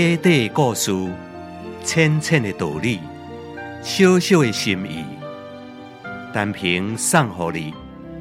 短短的故事，浅浅的道理，小小的心意，单凭送予你。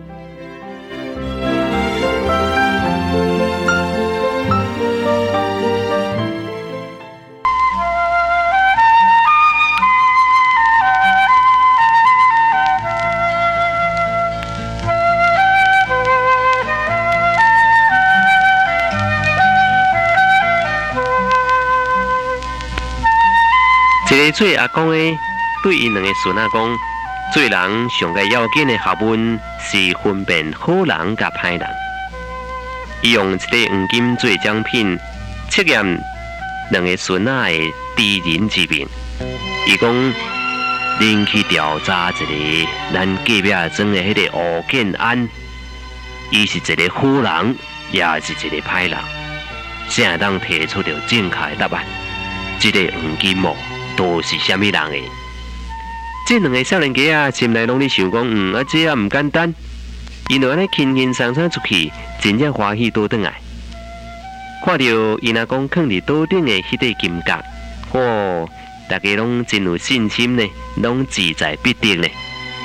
一个做阿公的对因两个孙仔讲，做人上个要紧的学问是分辨好人甲歹人。伊用一个黄金做奖品，测验两个孙仔的知人之明。伊讲，恁去调查一个咱隔壁庄的迄个吴建安，伊是一个好人，也是一个歹人，才会当提出着正确的答案。这个黄金哦。都是虾米人的？这两个少年家啊，心内拢咧想讲，这啊唔简单。因为安尼轻轻松松出去，真正欢喜倒转来。看到因阿公放伫桌顶的迄块金角，大家拢真有信心呢，拢志在必得呢。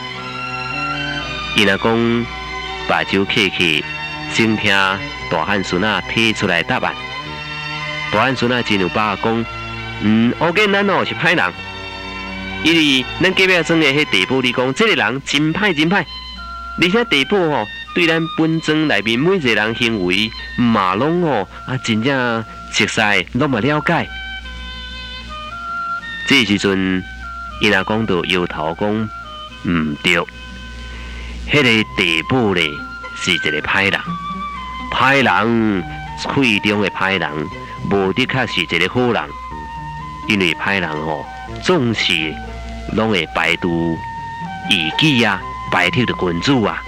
因阿公把酒客去，先听大汉孙仔提出来答案。大汉孙仔真有把握讲。吴建安是歹人，因为咱隔壁庄的迄地保，你讲这个人真歹真歹，而且地保对咱本庄内面每一个人行为嘛拢真正熟悉，拢嘛了解。这时阵，因阿公就摇头讲唔对，迄个地保咧是一个歹人，歹人喙中的歹人，无的确是一个好人。因为歹人总是拢会排除异己啊，排斥着君主啊。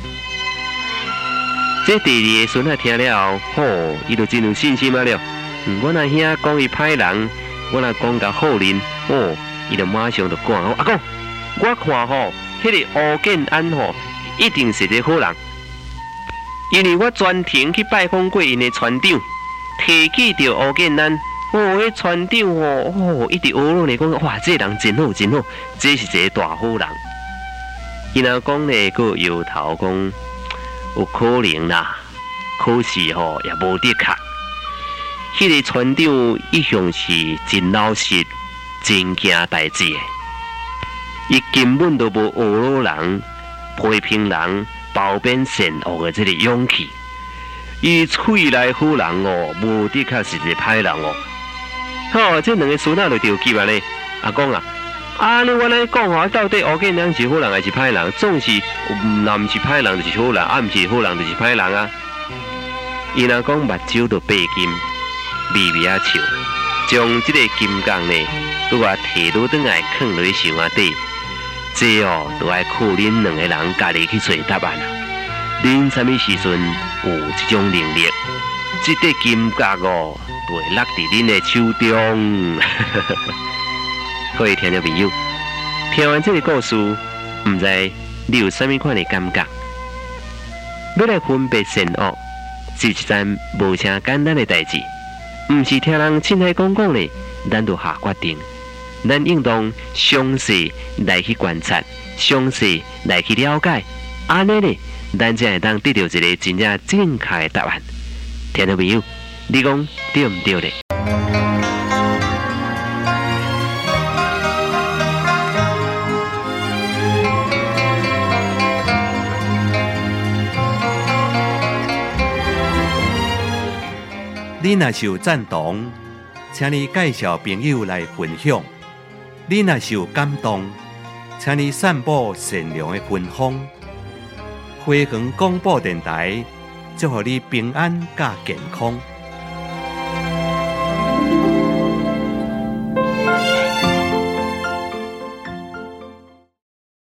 这第二个孙仔听了后，伊就真有信心啊了。我那兄讲伊歹人，我那讲甲好人，伊就马上就讲阿公，我看迄个吴建安一定是个好人，因为我专程去拜访过因的船长，提起着吴建安。迄船长一直学论咧讲，哇，这个人真好真好，这是一个大好人。伊若讲咧，佫摇头讲，有可能啦，可是也无得确。迄个船长一向是真老实、真惊代志的，伊根本都无学人、批评人、褒贬善恶的这个勇气。伊喙内好人无的确是一个歹人这两个孙仔就着急啊咧！阿公啊，你我来讲到底吴建安是好人还是歹人？总是若唔是歹人就是好人，唔是好人就是歹人啊！伊若讲目睭就白金，微微啊笑，将这个金刚呢，拄啊摕倒转来放落去箱仔底。这都要靠恁两个人家己去找答案啊！恁什么时阵有这种能力？这块金角就会落伫恁的手中。各位听众朋友，听完这个故事，唔知你有什么款的感觉？要来分别善恶，是一件无啥简单的代志，唔是听人凊彩讲讲咧，咱就下决定。咱应当详细来去观察，详细来去了解，安尼咧，咱才会当得到一个真正正确的答案。听众朋友，你讲对唔对咧？ 你若是有赞同，请你介绍朋友来分享；你若是有感动，请你散布善良的芬芳。花园广播电台，祝福你平安加健康。